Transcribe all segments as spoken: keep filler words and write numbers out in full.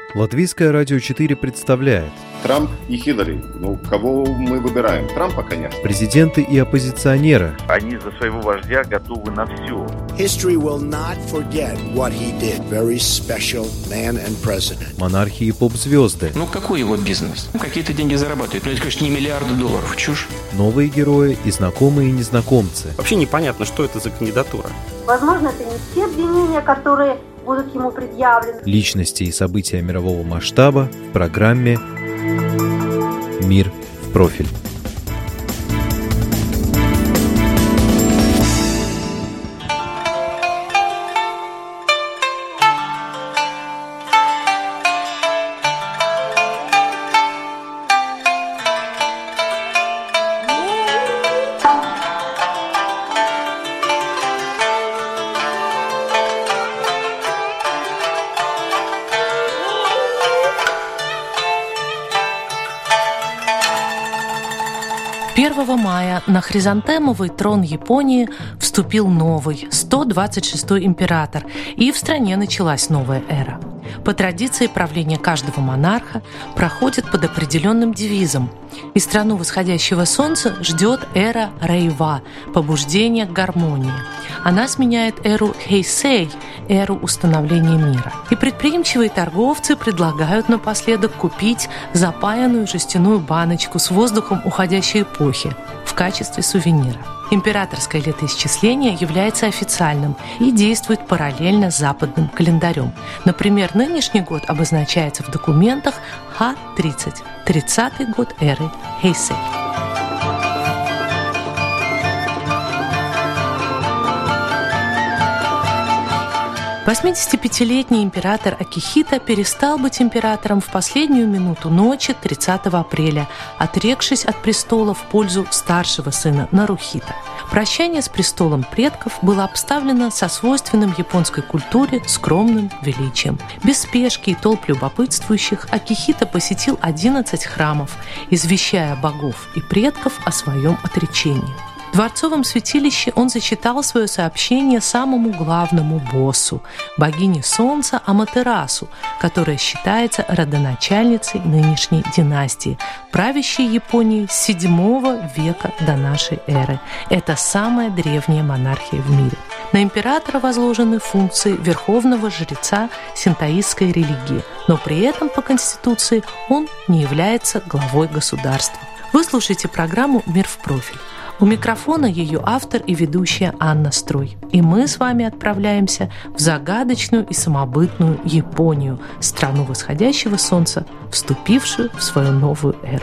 Латвийское радио четыре представляет Трамп и Хиллари. Ну, кого мы выбираем? Трампа, конечно. Президенты и оппозиционеры. Они за своего вождя готовы на все. History will not forget what he did. Very special man and president. Монархи и поп-звезды. Ну, какой его бизнес? Ну, какие-то деньги зарабатывают. Ну, это, конечно, не миллиарды долларов. Чушь. Новые герои и знакомые и незнакомцы. Вообще непонятно, что это за кандидатура. Возможно, это не те обвинения, которые будут ему предъявлены. Личности и события мирового масштаба в программе «Мир в профиль». первого мая на хризантемовый трон Японии вступил новый, сто двадцать шестой император, и в стране началась новая эра. По традиции правление каждого монарха проходит под определенным девизом, и страну восходящего солнца ждет эра Рейва – побуждение к гармонии. Она сменяет эру Хейсей – эру установления мира. И предприимчивые торговцы предлагают напоследок купить запаянную жестяную баночку с воздухом уходящей эпохи в качестве сувенира. Императорское летоисчисление является официальным и действует параллельно с западным календарем. Например, нынешний год обозначается в документах Ха тридцать – тридцатый год эры Хейсей. восьмидесятипятилетний император Акихито перестал быть императором в последнюю минуту ночи тридцатого апреля, отрекшись от престола в пользу старшего сына Нарухито. Прощание с престолом предков было обставлено со свойственным японской культуре скромным величием. Без спешки и толп любопытствующих Акихито посетил одиннадцать храмов, извещая богов и предков о своем отречении. В дворцовом святилище он зачитал свое сообщение самому главному боссу, богине солнца Аматерасу, которая считается родоначальницей нынешней династии, правящей Японией с седьмого века до нашей эры. Это самая древняя монархия в мире. На императора возложены функции верховного жреца синтоистской религии, но при этом по Конституции он не является главой государства. Вы слушаете программу «Мир в профиль». У микрофона ее автор и ведущая Анна Строй. И мы с вами отправляемся в загадочную и самобытную Японию, страну восходящего солнца, вступившую в свою новую эру.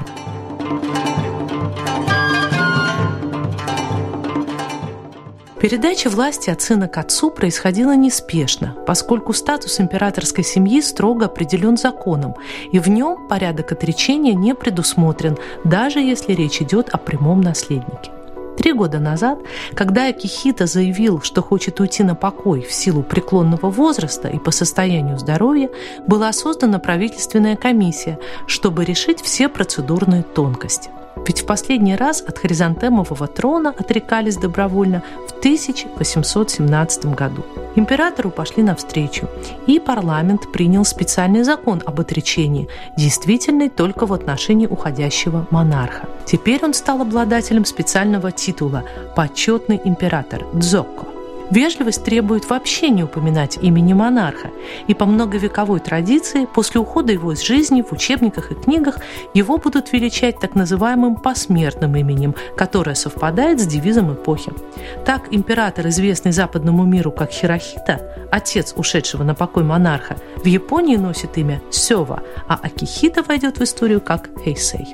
Передача власти от сына к отцу происходила неспешно, поскольку статус императорской семьи строго определен законом, и в нем порядок отречения не предусмотрен, даже если речь идет о прямом наследнике. Три года назад, когда Акихито заявил, что хочет уйти на покой в силу преклонного возраста и по состоянию здоровья, была создана правительственная комиссия, чтобы решить все процедурные тонкости. Ведь в последний раз от хризантемового трона отрекались добровольно в тысяча восемьсот семнадцатом году. Императору пошли навстречу, и парламент принял специальный закон об отречении, действительный только в отношении уходящего монарха. Теперь он стал обладателем специального титула «Почетный император» – дзокко. Вежливость требует вообще не упоминать имени монарха, и по многовековой традиции после ухода его из жизни в учебниках и книгах его будут величать так называемым посмертным именем, которое совпадает с девизом эпохи. Так император, известный западному миру как Хирохито, отец ушедшего на покой монарха, в Японии носит имя Сёва, а Акихито войдет в историю как Хейсей.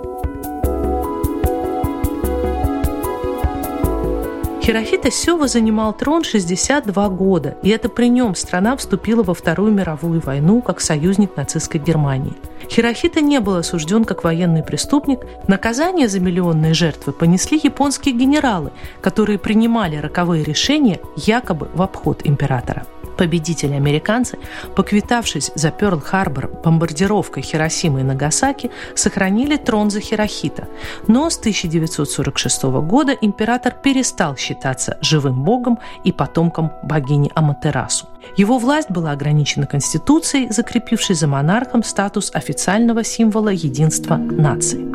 Хирохито Сёва занимал трон шестьдесят два года, и это при нем страна вступила во Вторую мировую войну как союзник нацистской Германии. Хирохито не был осужден как военный преступник. Наказание за миллионные жертвы понесли японские генералы, которые принимали роковые решения якобы в обход императора. Победители-американцы, поквитавшись за Пёрл-Харбор бомбардировкой Хиросимы и Нагасаки, сохранили трон за Хирохито. Но с тысяча девятьсот сорок шестого года император перестал считаться живым богом и потомком богини Аматерасу. Его власть была ограничена Конституцией, закрепившей за монархом статус официального символа единства нации.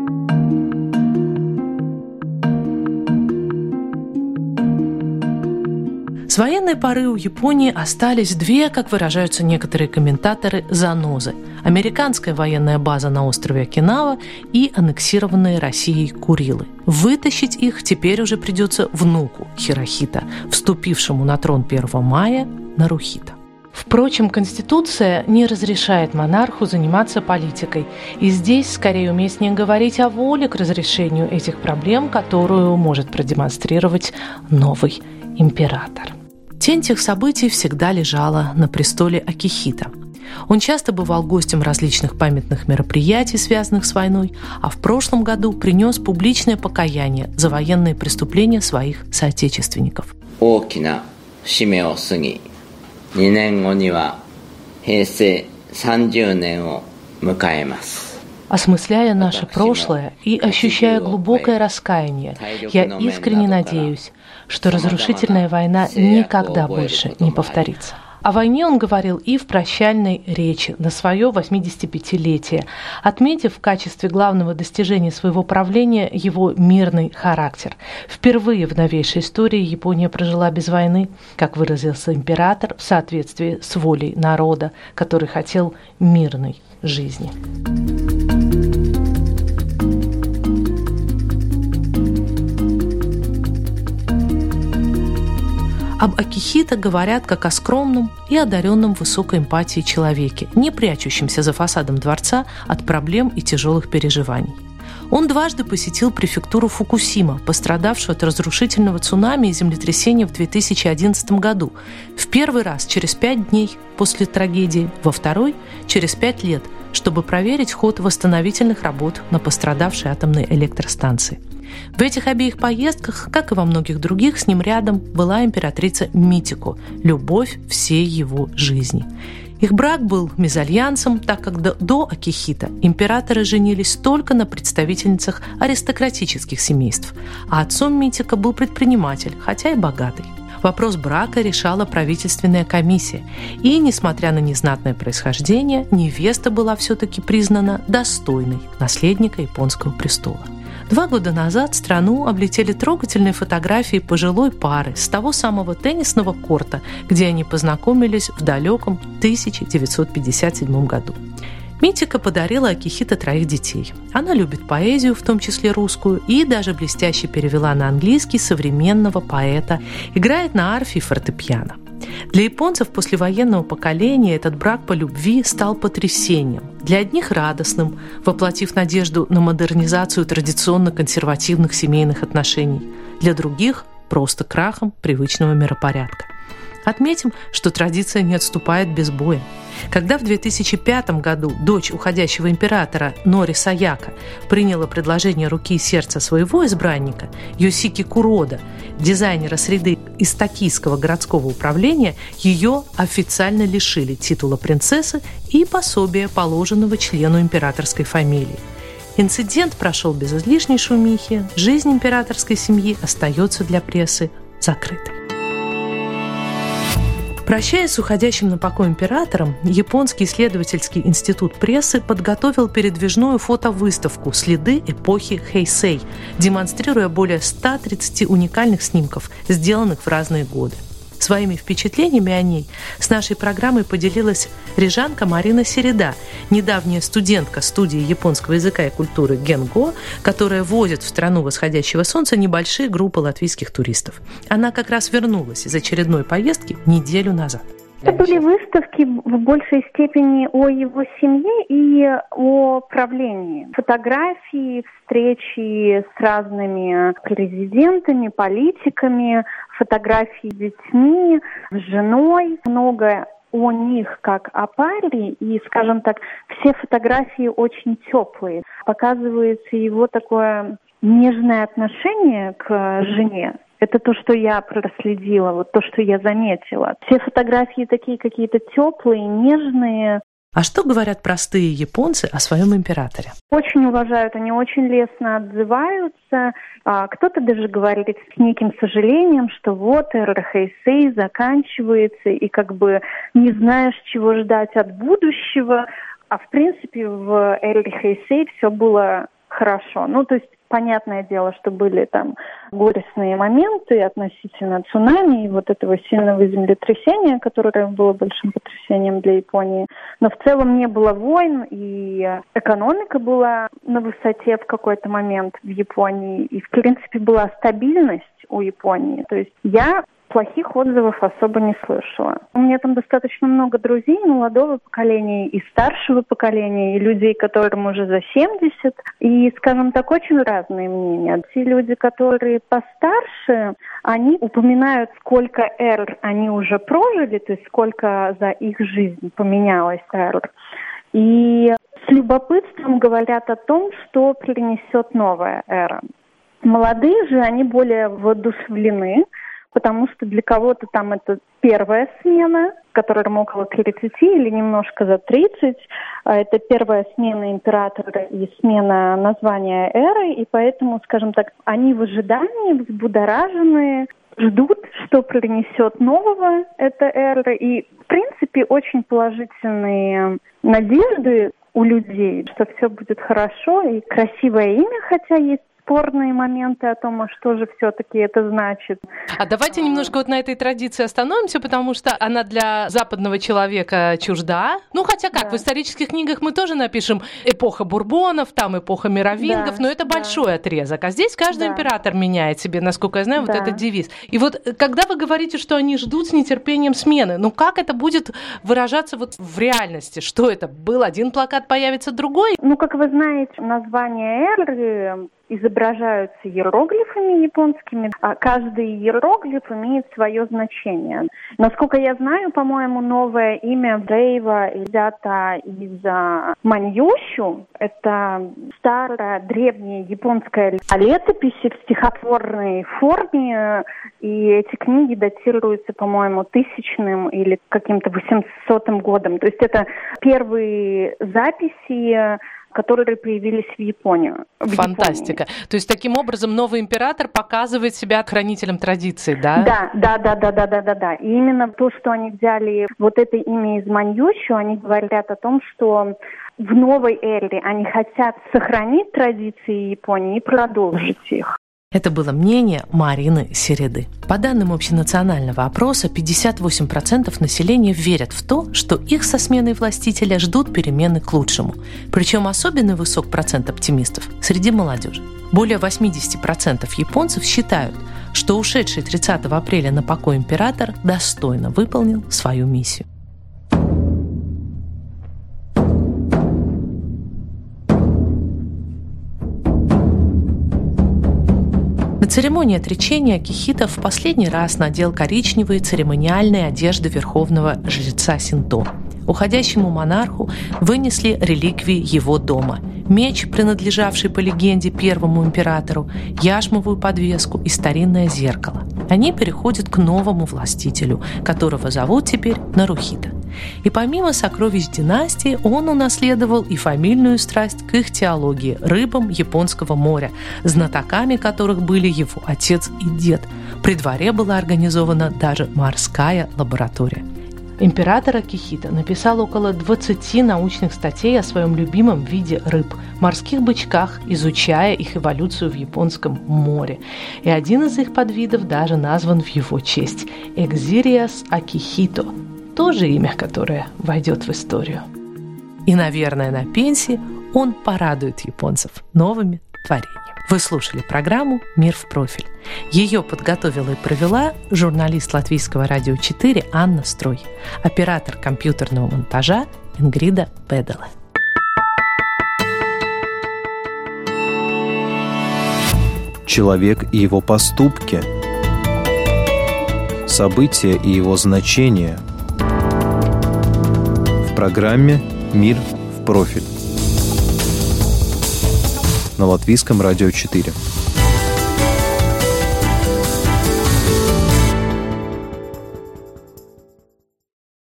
С военной поры у Японии остались две, как выражаются некоторые комментаторы, занозы. Американская военная база на острове Окинава и аннексированные Россией Курилы. Вытащить их теперь уже придется внуку Хирохито, вступившему на трон первого мая Нарухито. Впрочем, Конституция не разрешает монарху заниматься политикой, и здесь скорее уместнее говорить о воле к разрешению этих проблем, которую может продемонстрировать новый император. Тень тех событий всегда лежала на престоле Акихито. Он часто бывал гостем различных памятных мероприятий, связанных с войной, а в прошлом году принес публичное покаяние за военные преступления своих соотечественников. Осмысляя наше прошлое и ощущая глубокое раскаяние, я искренне надеюсь, что разрушительная война никогда больше не повторится. О войне он говорил и в прощальной речи на свое восьмидесятипятилетие, отметив в качестве главного достижения своего правления его мирный характер. Впервые в новейшей истории Япония прожила без войны, как выразился император, в соответствии с волей народа, который хотел мирной жизни. Об Акихито говорят как о скромном и одаренном высокой эмпатией человеке, не прячущемся за фасадом дворца от проблем и тяжелых переживаний. Он дважды посетил префектуру Фукусима, пострадавшую от разрушительного цунами и землетрясения в две тысячи одиннадцатом году. В первый раз через пять дней после трагедии, во второй – через пять лет, чтобы проверить ход восстановительных работ на пострадавшей атомной электростанции. В этих обеих поездках, как и во многих других, с ним рядом была императрица Митико, любовь всей его жизни. Их брак был мезальянсом, так как до, до Акихито императоры женились только на представительницах аристократических семейств, а отцом Митико был предприниматель, хотя и богатый. Вопрос брака решала правительственная комиссия, и, несмотря на незнатное происхождение, невеста была все-таки признана достойной наследника японского престола. Два года назад страну облетели трогательные фотографии пожилой пары с того самого теннисного корта, где они познакомились в далеком тысяча девятьсот пятьдесят седьмом году. Митико подарила Акихито троих детей. Она любит поэзию, в том числе русскую, и даже блестяще перевела на английский современного поэта, играет на арфе и фортепиано. Для японцев послевоенного поколения этот брак по любви стал потрясением. Для одних радостным, воплотив надежду на модернизацию традиционно консервативных семейных отношений. Для других – просто крахом привычного миропорядка. Отметим, что традиция не отступает без боя. Когда в две тысячи пятом году дочь уходящего императора Нори Саяко приняла предложение руки и сердца своего избранника, Йосики Курода, дизайнера среды из токийского городского управления, ее официально лишили титула принцессы и пособия, положенного члену императорской фамилии. Инцидент прошел без излишней шумихи, жизнь императорской семьи остается для прессы закрытой. Прощаясь с уходящим на покой императором, Японский исследовательский институт прессы подготовил передвижную фотовыставку «Следы эпохи Хэйсэй», демонстрируя более ста тридцати уникальных снимков, сделанных в разные годы. Своими впечатлениями о ней с нашей программой поделилась рижанка Марина Середа, недавняя студентка студии японского языка и культуры Генго, которая возит в страну восходящего солнца небольшие группы латвийских туристов. Она как раз вернулась из очередной поездки неделю назад. Это были выставки в большей степени о его семье и о правлении. Фотографии, встречи с разными президентами, политиками, фотографии с детьми, с женой. Много о них как о паре, и, скажем так, все фотографии очень теплые. Показывается его такое нежное отношение к жене Это то, что я проследила, вот то, что я заметила. Все фотографии такие какие-то теплые, нежные. А что говорят простые японцы о своем императоре? Очень уважают, они очень лестно отзываются. А кто-то даже говорит с неким сожалением, что вот эра Хэйсэй заканчивается, и как бы не знаешь, чего ждать от будущего. А в принципе в эре Хэйсэй все было хорошо. Ну, то есть понятное дело, что были там горестные моменты относительно цунами и вот этого сильного землетрясения, которое было большим потрясением для Японии. Но в целом не было войн, и экономика была на высоте в какой-то момент в Японии. И, в принципе, была стабильность у Японии. То есть я плохих отзывов особо не слышала. У меня там достаточно много друзей молодого поколения и старшего поколения, и людей, которым уже за семьдесят. И, скажем так, очень разные мнения. Те люди, которые постарше, они упоминают, сколько эр они уже прожили, то есть сколько за их жизнь поменялось эр. И с любопытством говорят о том, что принесет новая эра. Молодые же, они более воодушевлены, потому что для кого-то там это первая смена, которым около тридцати или немножко за тридцать. Это первая смена императора и смена названия эры, и поэтому, скажем так, они в ожидании, взбудораженные, ждут, что принесет нового эта эра. И, в принципе, очень положительные надежды у людей, что все будет хорошо и красивое имя, хотя есть спорные моменты о том, а что же все-таки это значит. А давайте немножко вот на этой традиции остановимся, потому что она для западного человека чужда. Ну, хотя как, да. В исторических книгах мы тоже напишем эпоха бурбонов, там эпоха мировингов, да, но это да. большой отрезок. А здесь каждый да. император меняет себе, насколько я знаю, да. вот этот девиз. И вот когда вы говорите, что они ждут с нетерпением смены, ну как это будет выражаться вот в реальности? Что это? Был один плакат, появится другой? Ну, как вы знаете, название эры изображаются иероглифами японскими, а каждый иероглиф имеет свое значение. Насколько я знаю, по-моему, новое имя Рейва взято из Маньёщу. Это старая древняя японская летопись в стихотворной форме, и эти книги датируются, по-моему, тысячным или каким-то восьмисотым годом. То есть это первые записи, которые появились в Японию. В Фантастика. Японии. То есть таким образом новый император показывает себя хранителем традиций, да? Да, да, да, да, да, да, да, да. И именно то, что они взяли вот это имя из Маньёщу, они говорят о том, что в новой эре они хотят сохранить традиции Японии и продолжить их. Это было мнение Марины Середы. По данным общенационального опроса, пятьдесят восемь процентов населения верят в то, что их со сменой властителя ждут перемены к лучшему. Причем особенно высок процент оптимистов среди молодежи. Более восемьдесят процентов японцев считают, что ушедший тридцатого апреля на покой император достойно выполнил свою миссию. На церемонии отречения Акихито в последний раз надел коричневые церемониальные одежды верховного жреца Синто. Уходящему монарху вынесли реликвии его дома – меч, принадлежавший по легенде первому императору, яшмовую подвеску и старинное зеркало. Они переходят к новому властителю, которого зовут теперь Нарухито. И помимо сокровищ династии, он унаследовал и фамильную страсть к их теологии, рыбам японского моря, знатоками которых были его отец и дед. При дворе была организована даже морская лаборатория. Император Акихито написал около двадцати научных статей о своем любимом виде рыб – морских бычках, изучая их эволюцию в японском море. И один из их подвидов даже назван в его честь – Экзириас Акихито. Тоже имя, которое войдет в историю. И, наверное, на пенсии он порадует японцев новыми творениями. Вы слушали программу «Мир в профиль». Ее подготовила и провела журналист Латвийского радио четыре Анна Строй, оператор компьютерного монтажа Ингрида Педеле. Человек и его поступки, события и его значения в программе «Мир в профиль» на Латвийском радио четыре.